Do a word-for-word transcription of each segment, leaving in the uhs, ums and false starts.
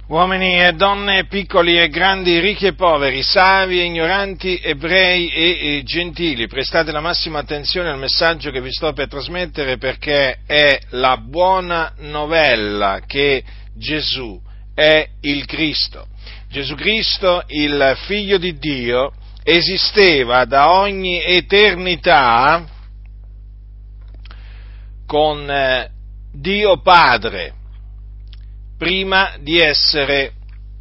Uomini e donne, piccoli e grandi, ricchi e poveri, savi e ignoranti, ebrei e, e gentili, prestate la massima attenzione al messaggio che vi sto per trasmettere, perché è la buona novella che Gesù è il Cristo. Gesù Cristo, il Figlio di Dio, esisteva da ogni eternità con eh, Dio Padre, prima di essere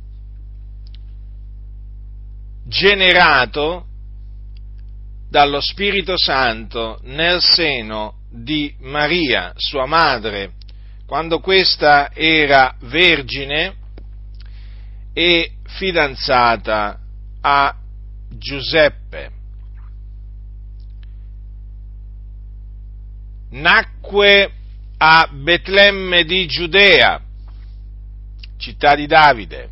generato dallo Spirito Santo nel seno di Maria, sua madre, quando questa era vergine e fidanzata a Giuseppe. Nacque a Betlemme di Giudea, città di Davide.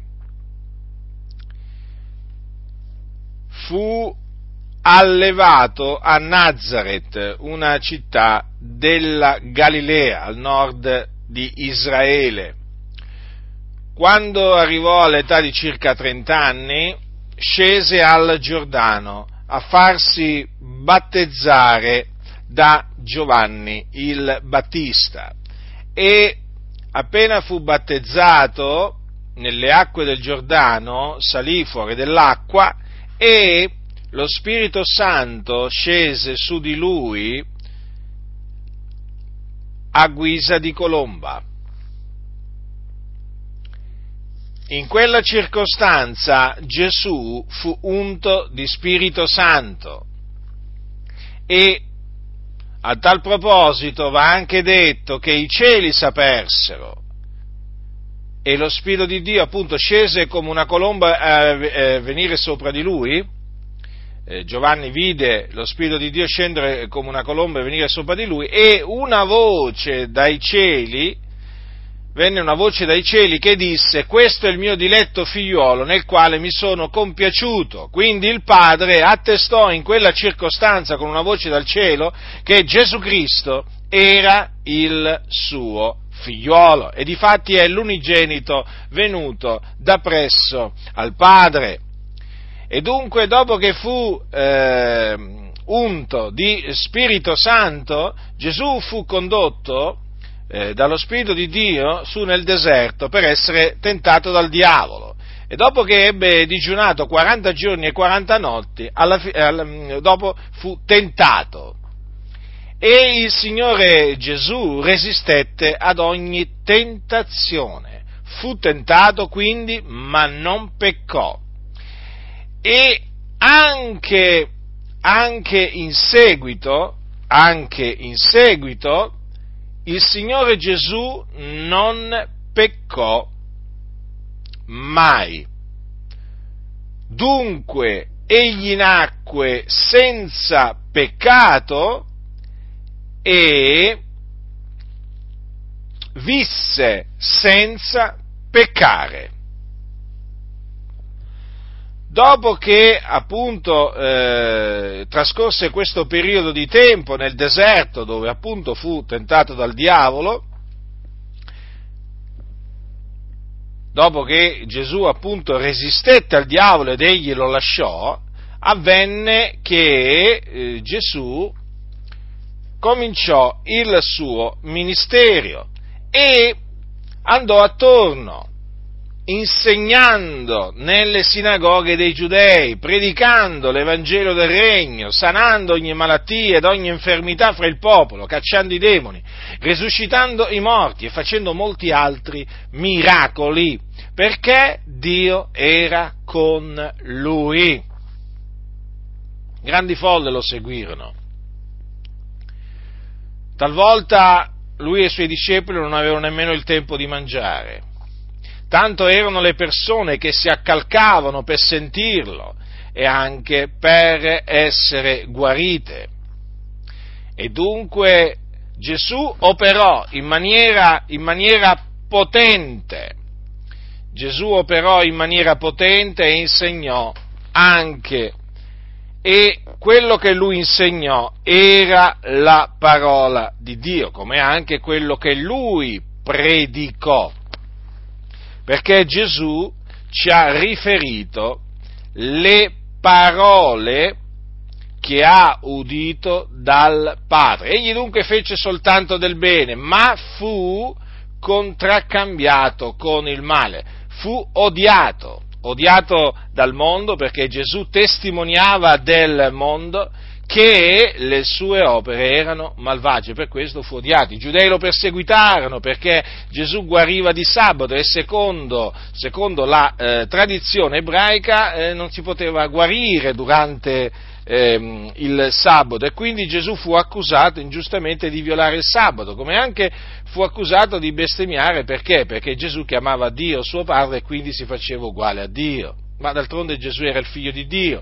Fu allevato a Nazaret, una città della Galilea, al nord di Israele. Quando arrivò all'età di circa trent'anni, scese al Giordano a farsi battezzare da Giovanni il Battista e appena fu battezzato nelle acque del Giordano, salì fuori dell'acqua e lo Spirito Santo scese su di lui a guisa di colomba. In quella circostanza Gesù fu unto di Spirito Santo e a tal proposito va anche detto che i cieli s'apersero e lo Spirito di Dio appunto scese come una colomba a venire sopra di lui. Eh, Giovanni vide lo Spirito di Dio scendere come una colomba e venire sopra di lui, e una voce dai cieli, venne una voce dai cieli che disse: questo è il mio diletto figliuolo nel quale mi sono compiaciuto. Quindi il Padre attestò in quella circostanza con una voce dal cielo che Gesù Cristo era il suo figliuolo, e difatti è l'unigenito venuto da presso al Padre. E dunque, dopo che fu eh, unto di Spirito Santo, Gesù fu condotto Eh, dallo Spirito di Dio su nel deserto per essere tentato dal diavolo, e dopo che ebbe digiunato quaranta giorni e quaranta notti, alla, alla, dopo fu tentato, e il Signore Gesù resistette ad ogni tentazione, fu tentato quindi ma non peccò, e anche, anche in seguito, anche in seguito il Signore Gesù non peccò mai. Dunque, egli nacque senza peccato e visse senza peccare. Dopo che appunto eh, trascorse questo periodo di tempo nel deserto, dove appunto fu tentato dal diavolo, dopo che Gesù appunto resistette al diavolo ed egli lo lasciò, avvenne che eh, Gesù cominciò il suo ministero e andò attorno, insegnando nelle sinagoghe dei giudei, predicando l'Evangelo del Regno, sanando ogni malattia ed ogni infermità fra il popolo, cacciando i demoni, risuscitando i morti e facendo molti altri miracoli, perché Dio era con lui. Grandi folle lo seguirono. Talvolta lui e i suoi discepoli non avevano nemmeno il tempo di mangiare. Tanto erano le persone che si accalcavano per sentirlo e anche per essere guarite. E dunque Gesù operò in maniera, in maniera potente, Gesù operò in maniera potente e insegnò anche, e quello che lui insegnò era la parola di Dio, come anche quello che lui predicò. Perché Gesù ci ha riferito le parole che ha udito dal Padre. Egli dunque fece soltanto del bene, ma fu contraccambiato con il male, fu odiato, odiato dal mondo perché Gesù testimoniava del mondo che le sue opere erano malvagie, per questo fu odiato. I giudei lo perseguitarono perché Gesù guariva di sabato e secondo, secondo la eh, tradizione ebraica eh, non si poteva guarire durante eh, il sabato, e quindi Gesù fu accusato ingiustamente di violare il sabato, come anche fu accusato di bestemmiare. Perché? Perché Gesù chiamava Dio suo Padre e quindi si faceva uguale a Dio, ma d'altronde Gesù era il figlio di Dio.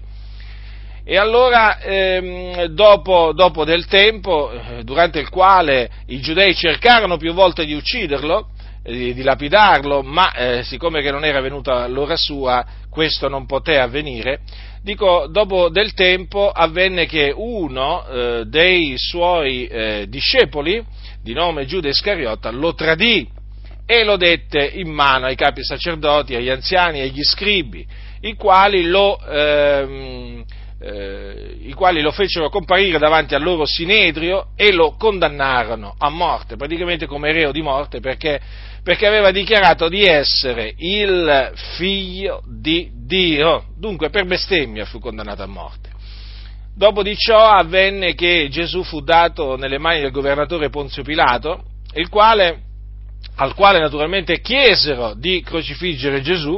E allora, ehm, dopo, dopo del tempo, eh, durante il quale i giudei cercarono più volte di ucciderlo, eh, di lapidarlo, ma eh, siccome che non era venuta l'ora sua, questo non poté avvenire. Dico, dopo del tempo avvenne che uno eh, dei suoi eh, discepoli, di nome Giuda Iscariota, lo tradì e lo dette in mano ai capi sacerdoti, agli anziani e agli scribi, i quali lo... Ehm, Eh, i quali lo fecero comparire davanti al loro sinedrio e lo condannarono a morte, praticamente come reo di morte, perché, perché aveva dichiarato di essere il figlio di Dio, dunque per bestemmia fu condannato a morte. Dopo di ciò avvenne che Gesù fu dato nelle mani del governatore Ponzio Pilato, il quale, al quale naturalmente chiesero di crocifiggere Gesù,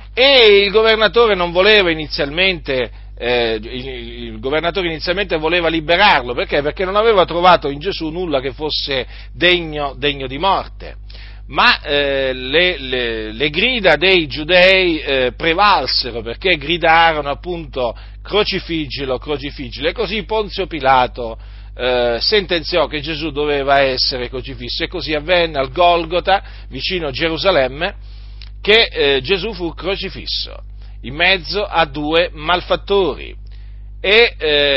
e il governatore non voleva inizialmente Eh, il, il governatore inizialmente voleva liberarlo, perché? Perché non aveva trovato in Gesù nulla che fosse degno, degno di morte, ma eh, le, le, le grida dei giudei eh, prevalsero, perché gridarono appunto crocifiggilo, crocifiggilo, e così Ponzio Pilato eh, sentenziò che Gesù doveva essere crocifisso, e così avvenne al Golgota, vicino a Gerusalemme, che eh, Gesù fu crocifisso in mezzo a due malfattori, e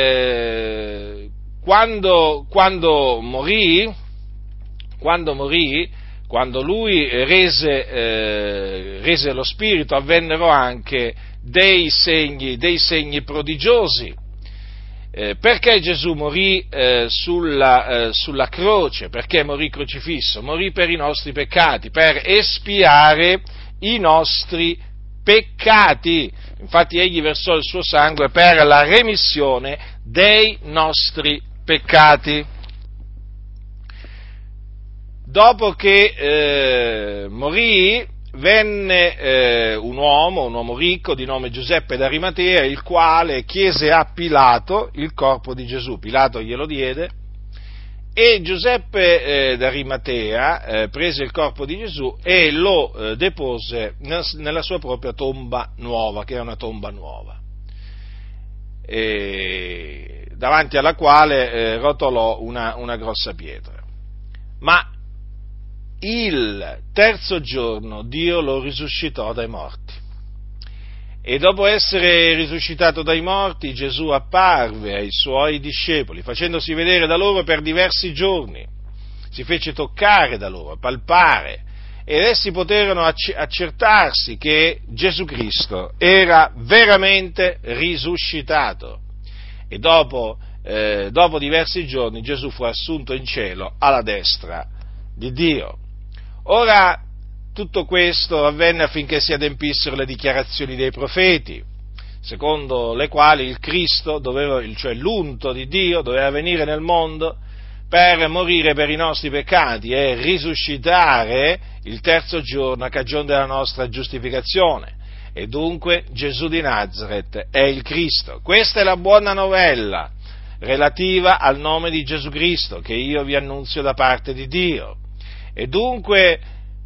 eh, quando, quando morì, quando morì, quando lui rese, eh, rese lo spirito, avvennero anche dei segni, dei segni prodigiosi. Eh, perché Gesù morì eh, sulla, eh, sulla croce? Perché morì crocifisso? Morì per i nostri peccati, per espiare i nostri peccati. peccati, infatti egli versò il suo sangue per la remissione dei nostri peccati. Dopo che eh, morì, venne eh, un uomo, un uomo ricco di nome Giuseppe d'Arimatea, il quale chiese a Pilato il corpo di Gesù. Pilato glielo diede, e Giuseppe eh, d'Arimatea eh, prese il corpo di Gesù e lo eh, depose nella sua propria tomba nuova, che è una tomba nuova, e davanti alla quale eh, rotolò una, una grossa pietra. Ma il terzo giorno Dio lo risuscitò dai morti. E dopo essere risuscitato dai morti, Gesù apparve ai suoi discepoli, facendosi vedere da loro per diversi giorni. Si fece toccare da loro, palpare, ed essi poterono accertarsi che Gesù Cristo era veramente risuscitato. E dopo, eh, dopo diversi giorni Gesù fu assunto in cielo alla destra di Dio. Ora, tutto questo avvenne affinché si adempissero le dichiarazioni dei profeti, secondo le quali il Cristo, doveva, cioè l'unto di Dio, doveva venire nel mondo per morire per i nostri peccati e risuscitare il terzo giorno a cagione della nostra giustificazione. E dunque Gesù di Nazaret è il Cristo. Questa è la buona novella relativa al nome di Gesù Cristo, che io vi annunzio da parte di Dio. E dunque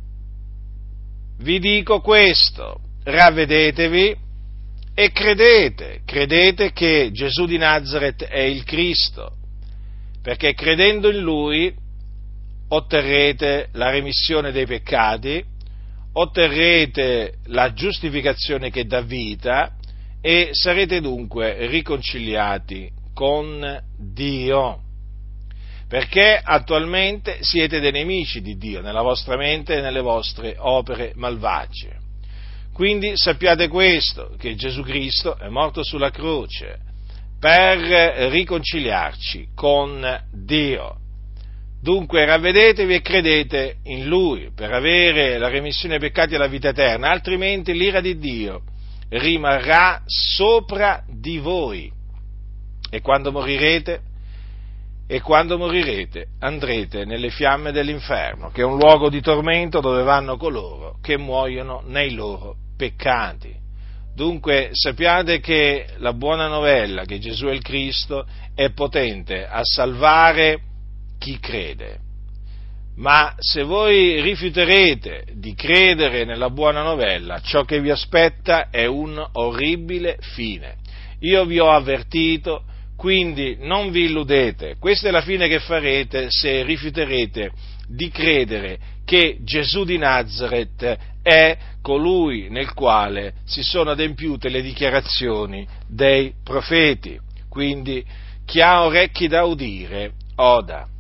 vi dico questo: ravvedetevi e credete, credete che Gesù di Nazaret è il Cristo, perché credendo in Lui otterrete la remissione dei peccati, otterrete la giustificazione che dà vita e sarete dunque riconciliati con Dio. perché attualmente siete dei nemici di Dio nella vostra mente e nelle vostre opere malvagie. Quindi sappiate questo, che Gesù Cristo è morto sulla croce per riconciliarci con Dio. Dunque ravvedetevi e credete in Lui per avere la remissione dei peccati e la vita eterna, altrimenti l'ira di Dio rimarrà sopra di voi. E quando morirete, e quando morirete andrete nelle fiamme dell'inferno, che è un luogo di tormento dove vanno coloro che muoiono nei loro peccati. Dunque sappiate che la buona novella, che Gesù è il Cristo, è potente a salvare chi crede. Ma se voi rifiuterete di credere nella buona novella, ciò che vi aspetta è un orribile fine. Io vi ho avvertito, quindi non vi illudete. Questa è la fine che farete se rifiuterete di credere che Gesù di Nazaret è colui nel quale si sono adempiute le dichiarazioni dei profeti. Quindi chi ha orecchi da udire oda.